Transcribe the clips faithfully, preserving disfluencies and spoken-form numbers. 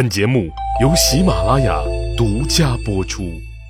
本节目由喜马拉雅独家播出。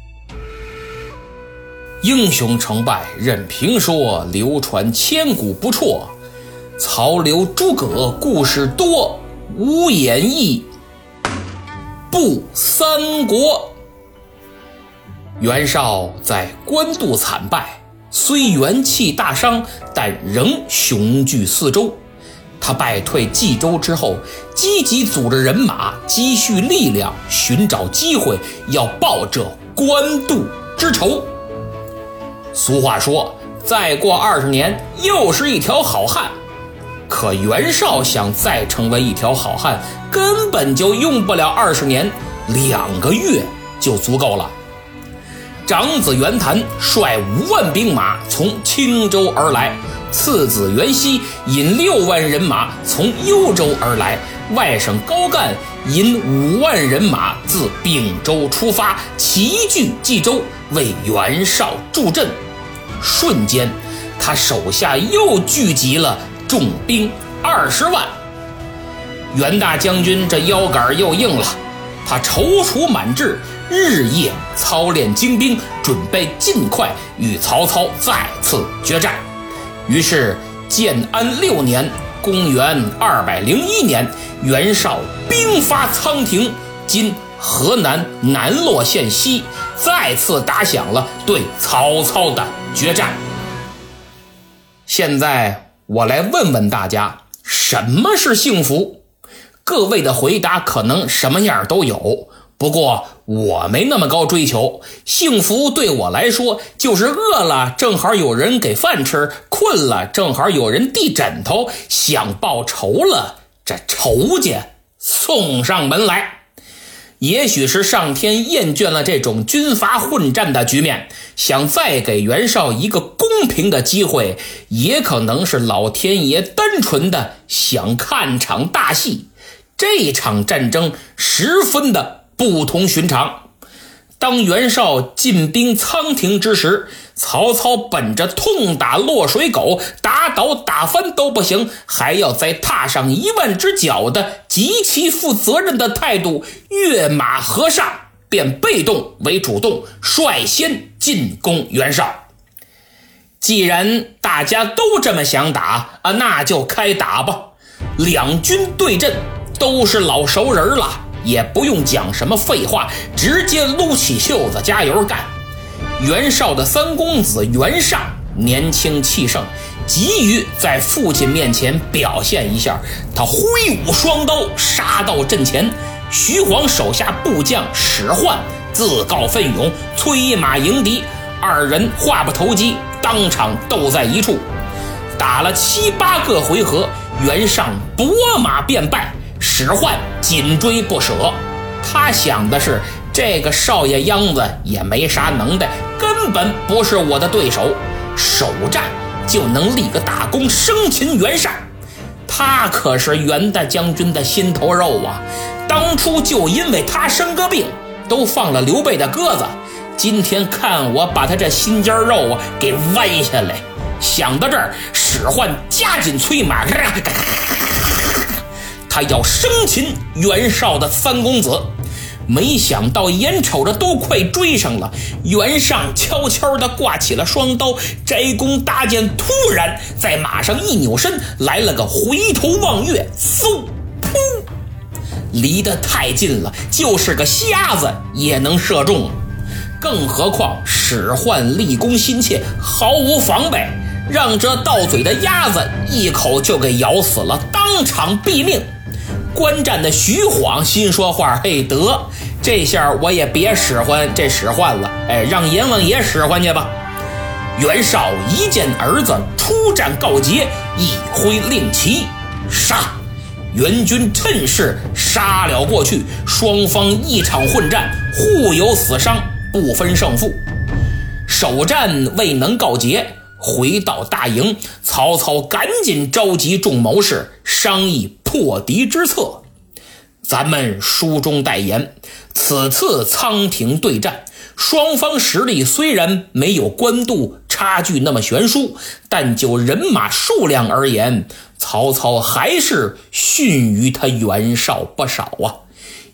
英雄成败任评说，流传千古不辍。曹刘诸葛故事多，无演义不三国。袁绍在官渡惨败，虽元气大伤，但仍雄踞四周。他败退冀州之后，积极组织人马，积蓄力量，寻找机会，要报这官渡之仇。俗话说，再过二十年又是一条好汉。可袁绍想再成为一条好汉，根本就用不了二十年，两个月就足够了。长子袁谭率五万兵马从青州而来，次子袁熙引六万人马从幽州而来，外甥高干引五万人马自并州出发，齐聚冀州，为袁绍助阵。瞬间，他手下又聚集了重兵二十万。袁大将军这腰杆又硬了，他踌躇满志，日夜操练精兵，准备尽快与曹操再次决战。于是建安六年，公元二百零一年，袁绍兵发仓亭，今河南南洛县西，再次打响了对曹操的决战。现在我来问问大家，什么是幸福？各位的回答可能什么样都有，不过我没那么高追求。幸福对我来说，就是饿了正好有人给饭吃，困了正好有人递枕头，想报仇了这仇家送上门来。也许是上天厌倦了这种军阀混战的局面，想再给袁绍一个公平的机会，也可能是老天爷单纯的想看场大戏。这场战争十分的不同寻常。当袁绍进兵仓亭之时，曹操本着痛打落水狗，打倒打翻都不行，还要再踏上一万只脚的极其负责任的态度，跃马河上，变被动为主动，率先进攻袁绍。既然大家都这么想打啊，那就开打吧。两军对阵，都是老熟人了，也不用讲什么废话，直接撸起袖子加油干。袁绍的三公子袁尚年轻气盛，急于在父亲面前表现一下，他挥舞双刀杀到阵前。徐晃手下部将史涣自告奋勇催马迎敌，二人话不投机，当场斗在一处。打了七八个回合，袁尚拨马便败，史涣紧追不舍。他想的是，这个少爷秧子也没啥能耐，根本不是我的对手，首战就能立个大功，生擒袁尚。他可是袁大将军的心头肉啊，当初就因为他生个病，都放了刘备的鸽子。今天看我把他这心尖肉啊给剜下来。想到这儿，史涣加紧催马，他要生擒袁绍的三公子。没想到眼瞅着都快追上了，袁尚悄悄地挂起了双刀，摘弓搭箭，突然在马上一扭身，来了个回头望月，嗖噗，离得太近了，就是个瞎子也能射中。更何况史涣立功心切，毫无防备，让这到嘴的鸭子一口就给咬死了，当场毙命。观战的徐晃心说话，嘿，得，这下我也别使唤这使唤了，哎，让阎王爷使唤去吧。袁绍一见儿子出战告捷，一挥令旗，杀！袁军趁势杀了过去，双方一场混战，互有死伤，不分胜负。首战未能告捷，回到大营，曹操赶紧召集众谋士商议破敌之策。咱们书中代言，此次仓亭对战，双方实力虽然没有官渡差距那么悬殊，但就人马数量而言，曹操还是逊于他袁绍不少啊。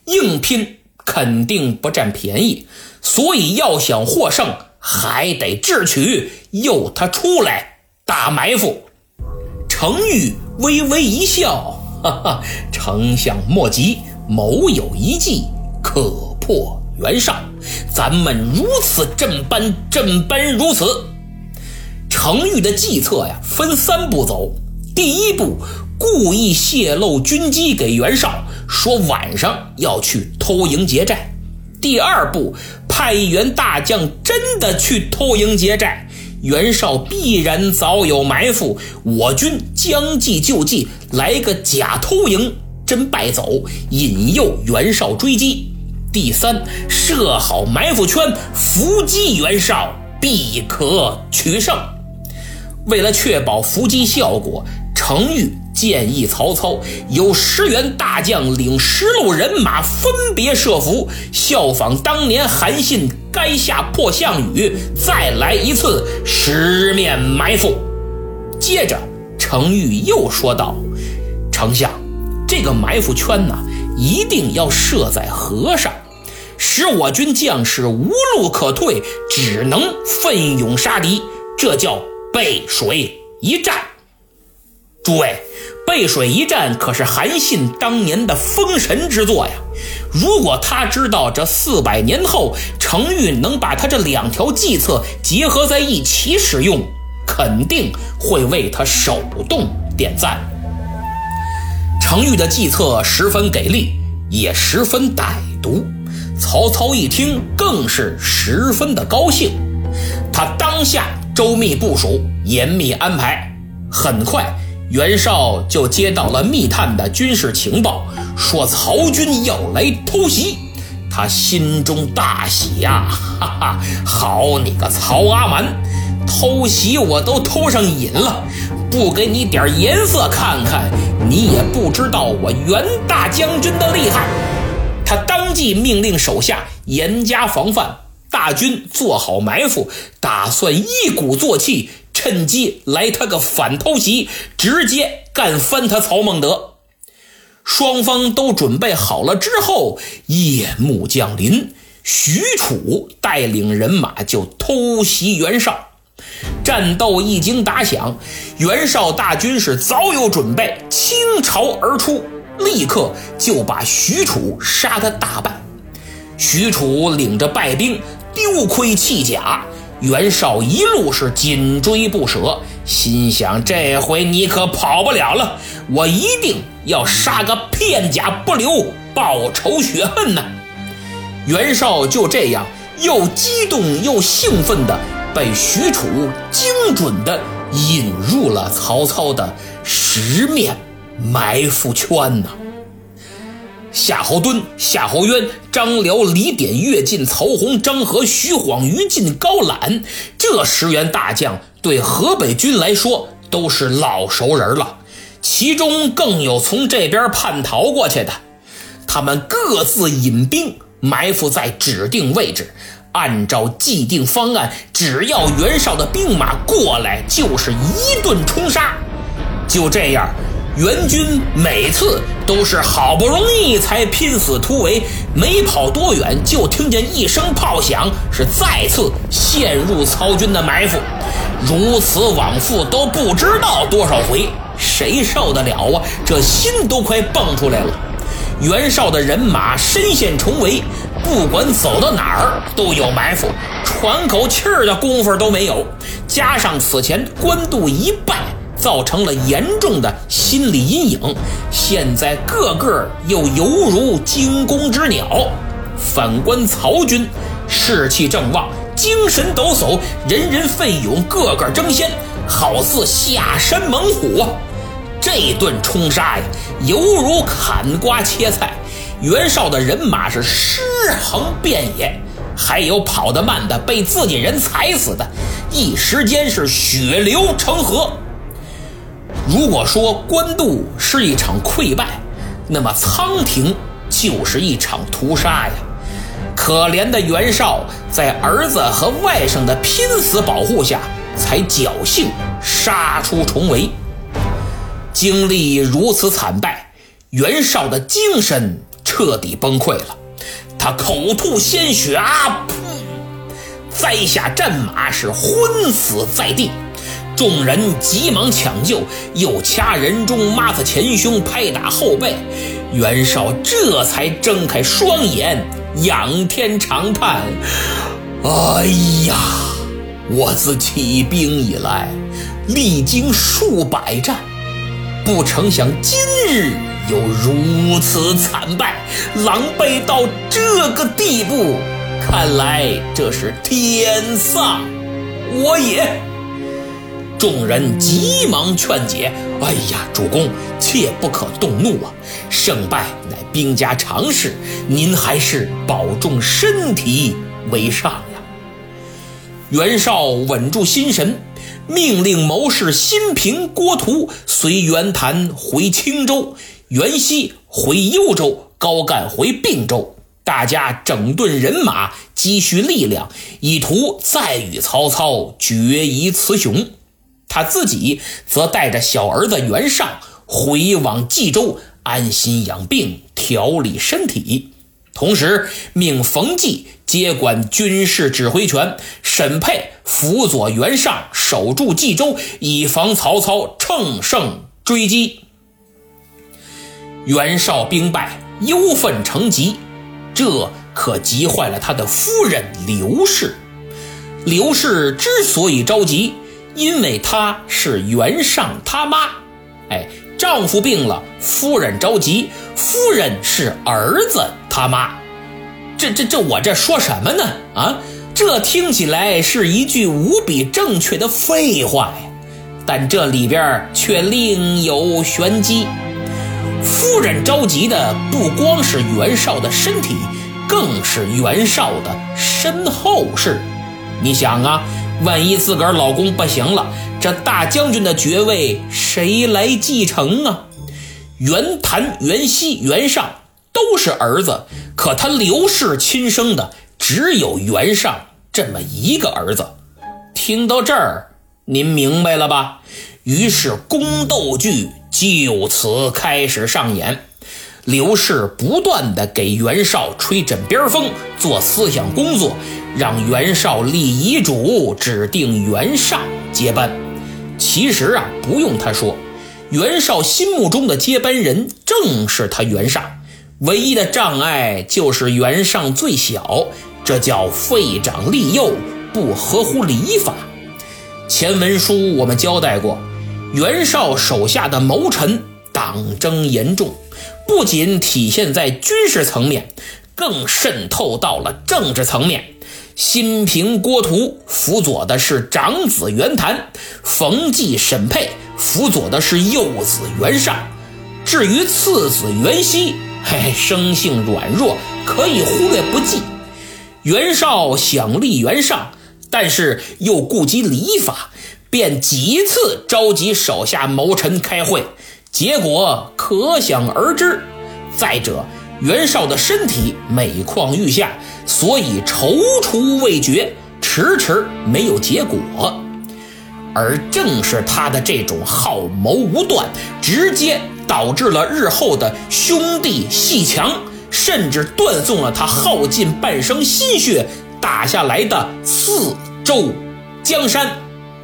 硬拼肯定不占便宜，所以要想获胜，还得智取，诱他出来打埋伏。程昱微微一笑，哈哈，丞相莫急，某有一计可破袁绍，咱们如此这般这般如此。程昱的计策呀，分三步走。第一步，故意泄露军机给袁绍，说晚上要去偷营劫寨。第二步，派一员大将真的去偷营劫寨，袁绍必然早有埋伏，我军将计就计，来个假偷营真败走，引诱袁绍追击。第三，设好埋伏圈，伏击袁绍，必可取胜。为了确保伏击效果，程昱建议曹操由十员大将领十路人马分别设伏，效仿当年韩信垓下破项羽，再来一次十面埋伏。接着程昱又说道，丞相，这个埋伏圈呢，一定要设在河上，使我军将士无路可退，只能奋勇杀敌，这叫背水一战。诸位，背水一战可是韩信当年的封神之作呀！如果他知道这四百年后程昱能把他这两条计策结合在一起使用，肯定会为他手动点赞。程昱的计策十分给力，也十分歹毒，曹操一听更是十分的高兴。他当下周密部署，严密安排，很快袁绍就接到了密探的军事情报，说曹军要来偷袭。他心中大喜呀，哈哈，好你个曹阿瞒，偷袭我都偷上瘾了，不给你点颜色看看，你也不知道我袁大将军的厉害。他当即命令手下严加防范，大军做好埋伏，打算一鼓作气，趁机来他个反偷袭，直接干翻他曹孟德。双方都准备好了之后，夜幕降临，许褚带领人马就偷袭袁绍。战斗一经打响，袁绍大军是早有准备，倾巢而出，立刻就把许褚杀得大败。许褚领着败兵丢盔弃甲，袁绍一路是紧追不舍，心想这回你可跑不了了，我一定要杀个片甲不留，报仇雪恨呢。袁绍就这样又激动又兴奋的被许褚精准的引入了曹操的十面埋伏圈呢。夏侯惇、夏侯渊、张辽、李典、乐进、曹洪、张合、徐晃、于禁、高览，这十员大将对河北军来说都是老熟人了，其中更有从这边叛逃过去的。他们各自引兵埋伏在指定位置，按照既定方案，只要袁绍的兵马过来，就是一顿冲杀。就这样，袁军每次都是好不容易才拼死突围，没跑多远就听见一声炮响，是再次陷入曹军的埋伏。如此往复都不知道多少回，谁受得了啊？这心都快蹦出来了。袁绍的人马深陷重围，不管走到哪儿都有埋伏，喘口气儿的功夫都没有。加上此前官渡一败，造成了严重的心理阴影，现在个个又犹如惊弓之鸟。反观曹军，士气正旺，精神抖擞，人人奋勇，个个争先，好似下山猛虎啊！这顿冲杀呀，犹如砍瓜切菜。袁绍的人马是尸横遍野，还有跑得慢的被自己人踩死的，一时间是血流成河。如果说官渡是一场溃败，那么仓亭就是一场屠杀呀！可怜的袁绍在儿子和外甥的拼死保护下，才侥幸杀出重围。经历如此惨败，袁绍的精神彻底崩溃了，他口吐鲜血啊，噗，栽下战马是昏死在地。众人急忙抢救，又掐人中，抹擦前胸，拍打后背。袁绍这才睁开双眼，仰天长叹：哎呀，我自起兵以来历经数百战，不曾想今日又如此惨败，狼狈到这个地步，看来这是天丧我也。众人急忙劝解：哎呀，主公切不可动怒啊，胜败乃兵家常事，您还是保重身体为上呀。袁绍稳住心神，命令谋士辛平、郭图随袁谭回青州，袁熙回幽州，高干回并州，大家整顿人马，积蓄力量，以图再与曹操决一雌雄。他自己则带着小儿子袁尚回往冀州，安心养病，调理身体。同时命冯骥接管军事指挥权，沈沛辅佐袁尚守住冀州，以防曹操乘胜追击。袁绍兵败，忧愤成疾，这可急坏了他的夫人刘氏。刘氏之所以着急，因为她是袁尚他妈。哎，丈夫病了，夫人着急，夫人是儿子他妈。这这这我这说什么呢？啊，这听起来是一句无比正确的废话呀，但这里边却另有玄机。夫人着急的不光是袁绍的身体，更是袁绍的身后事。你想啊，万一自个儿老公不行了，这大将军的爵位谁来继承啊？袁谭、袁熙、袁尚都是儿子，可他刘氏亲生的只有袁尚这么一个儿子。听到这儿，您明白了吧？于是宫斗剧就此开始上演。刘氏不断地给袁绍吹枕边风，做思想工作，让袁绍立遗嘱，指定袁尚接班。其实啊，不用他说，袁绍心目中的接班人正是他袁尚，唯一的障碍就是袁尚最小，这叫废长立幼，不合乎礼法。前文书我们交代过，袁绍手下的谋臣党争严重，不仅体现在军事层面，更渗透到了政治层面。辛平、郭图辅佐的是长子袁谭，冯骥、沈沛辅佐的是幼子袁尚。至于次子袁熙，嘿，生性软弱，可以忽略不计。袁绍想立袁尚，但是又顾及礼法，便几次召集手下谋臣开会，结果可想而知。再者，袁绍的身体每况愈下，所以踌躇未决，迟迟没有结果。而正是他的这种好谋无断，直接导致了日后的兄弟阋墙，甚至断送了他耗尽半生心血打下来的四周江山。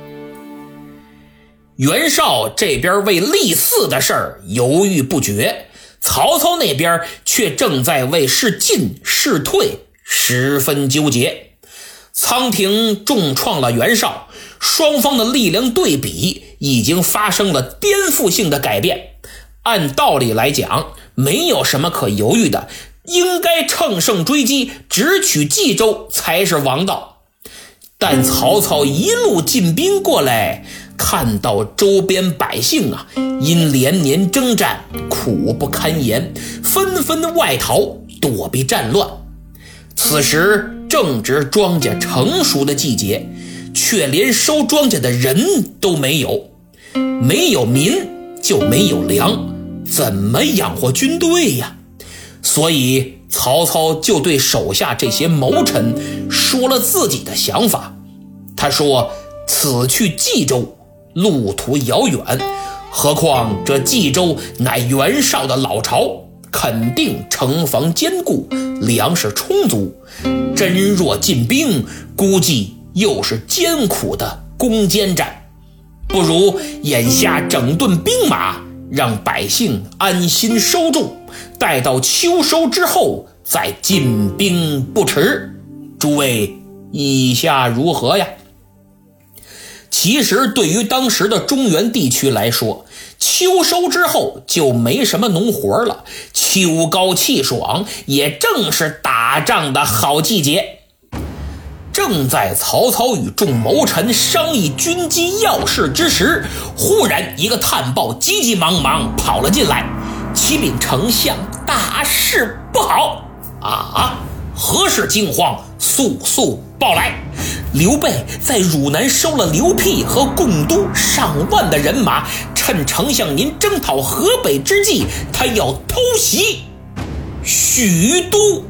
袁绍这边为立嗣的事儿犹豫不决，曹操那边却正在为是进是退十分纠结。仓亭重创了袁绍，双方的力量对比已经发生了颠覆性的改变。按道理来讲，没有什么可犹豫的，应该乘胜追击，直取冀州才是王道。但曹操一路进兵过来，看到周边百姓啊，因连年征战苦不堪言，纷纷外逃躲避战乱。此时正值庄稼成熟的季节，却连收庄稼的人都没有，没有民就没有粮，怎么养活军队呀？所以曹操就对手下这些谋臣说了自己的想法。他说，此去冀州路途遥远，何况这冀州乃袁绍的老巢， 肯定城防坚固，粮食充足。真若进兵，估计又是艰苦的攻坚战。不如眼下整顿兵马，让百姓安心收种，待到秋收之后再进兵不迟。诸位意下如何呀？其实对于当时的中原地区来说，秋收之后就没什么农活了，秋高气爽，也正是打仗的好季节。正在曹操与众谋臣商议军机要事之时，忽然一个探报急急忙忙跑了进来：启禀丞相，大事不好啊！何事惊慌？速速报来！刘备在汝南收了刘辟和贡都上万的人马，趁丞相您征讨河北之际，他要偷袭许都。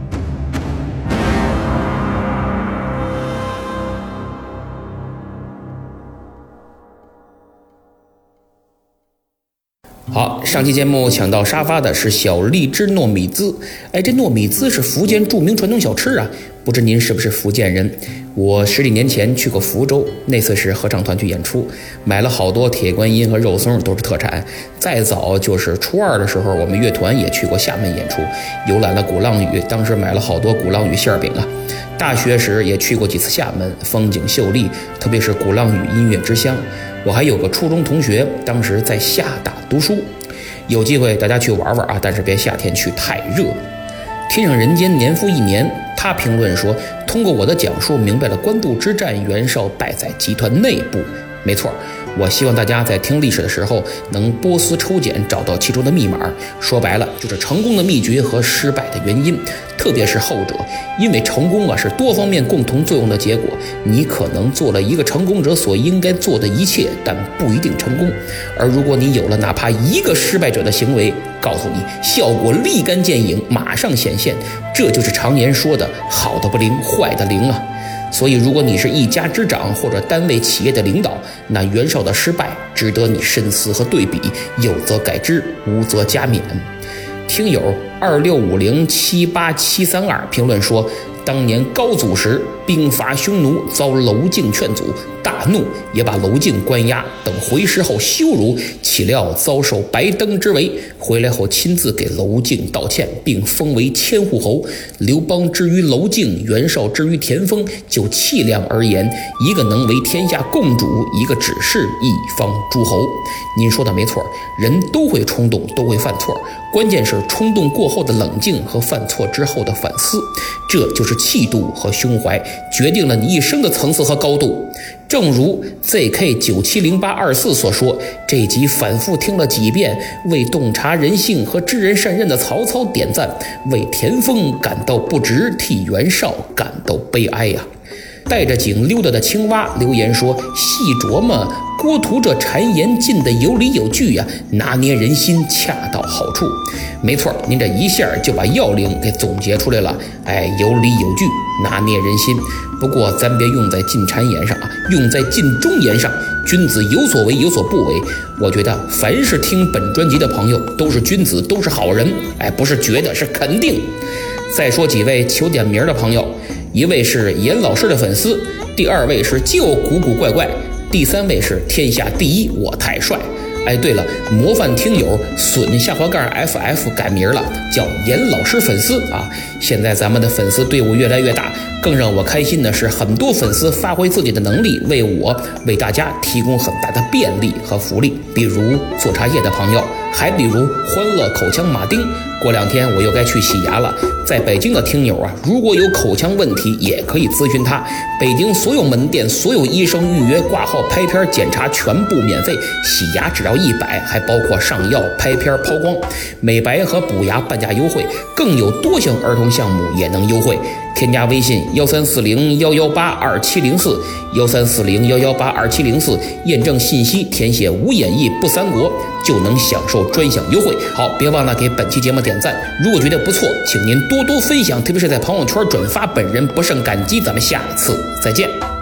好，上期节目抢到沙发的是小荔枝糯米糍。哎，这糯米糍是福建著名传统小吃啊，不知您是不是福建人？我十几年前去过福州，那次是合唱团去演出，买了好多铁观音和肉松，都是特产。再早就是初二的时候，我们乐团也去过厦门演出，游览了鼓浪屿，当时买了好多鼓浪屿馅饼啊。大学时也去过几次厦门，风景秀丽，特别是鼓浪屿音乐之乡。我还有个初中同学，当时在厦大读书，有机会大家去玩玩啊，但是别夏天去，太热。天上人间年复一年，他评论说，通过我的讲述明白了官渡之战袁绍败在集团内部。没错，我希望大家在听历史的时候能剥丝抽茧，找到其中的密码。说白了就是成功的秘诀和失败的原因，特别是后者，因为成功啊是多方面共同作用的结果。你可能做了一个成功者所应该做的一切，但不一定成功。而如果你有了哪怕一个失败者的行为，告诉你效果立竿见影，马上显现。这就是常言说的好的不灵，坏的灵啊。所以如果你是一家之长或者单位企业的领导，那袁绍的失败值得你深思和对比，有则改之，无则加勉。听友二六五零七八七三二评论说，当年高祖时兵伐匈奴，遭娄敬劝阻，大怒，也把娄敬关押，等回师后羞辱，岂料遭受白登之围，回来后亲自给娄敬道歉，并封为千户侯。刘邦之于娄敬，袁绍之于田丰，就气量而言，一个能为天下共主，一个只是一方诸侯。您说的没错，人都会冲动，都会犯错，关键是冲动过后的冷静和犯错之后的反思，这就是气度和胸怀，决定了你一生的层次和高度。正如 Z K 九七零八二四 所说，这集反复听了几遍，为洞察人性和知人善任的曹操点赞，为田丰感到不值，替袁绍感到悲哀呀、啊。带着井溜达的青蛙留言说，细琢磨郭图这谗言进的有理有据呀、啊，拿捏人心恰到好处。没错，您这一下就把要领给总结出来了。哎，有理有据，拿捏人心。不过咱别用在进谗言上啊，用在尽忠言上。君子有所为，有所不为。我觉得凡是听本专辑的朋友都是君子，都是好人。哎，不是觉得，是肯定。再说几位求点名的朋友，一位是严老师的粉丝，第二位是就古古怪怪，第三位是天下第一我太帅。哎，对了，模范听友损下滑杠 F F 改名了，叫严老师粉丝啊。现在咱们的粉丝队伍越来越大，更让我开心的是，很多粉丝发挥自己的能力，为我为大家提供很大的便利和福利。比如做茶叶的朋友，还比如欢乐口腔马丁。过两天我又该去洗牙了，在北京的听友啊，如果有口腔问题也可以咨询他。北京所有门店、所有医生预约、挂号、拍片、检查全部免费，洗牙只要一百，还包括上药、拍片、抛光、美白和补牙半价优惠，更有多项儿童项目也能优惠。添加微信幺三四零幺幺八二七零四幺三四零幺幺八二七零四，验证信息填写无演义不三国，就能享受专享优惠。好，别忘了给本期节目点赞，如果觉得不错，请您多多分享，特别是在朋友圈转发，本人不胜感激。咱们下次再见。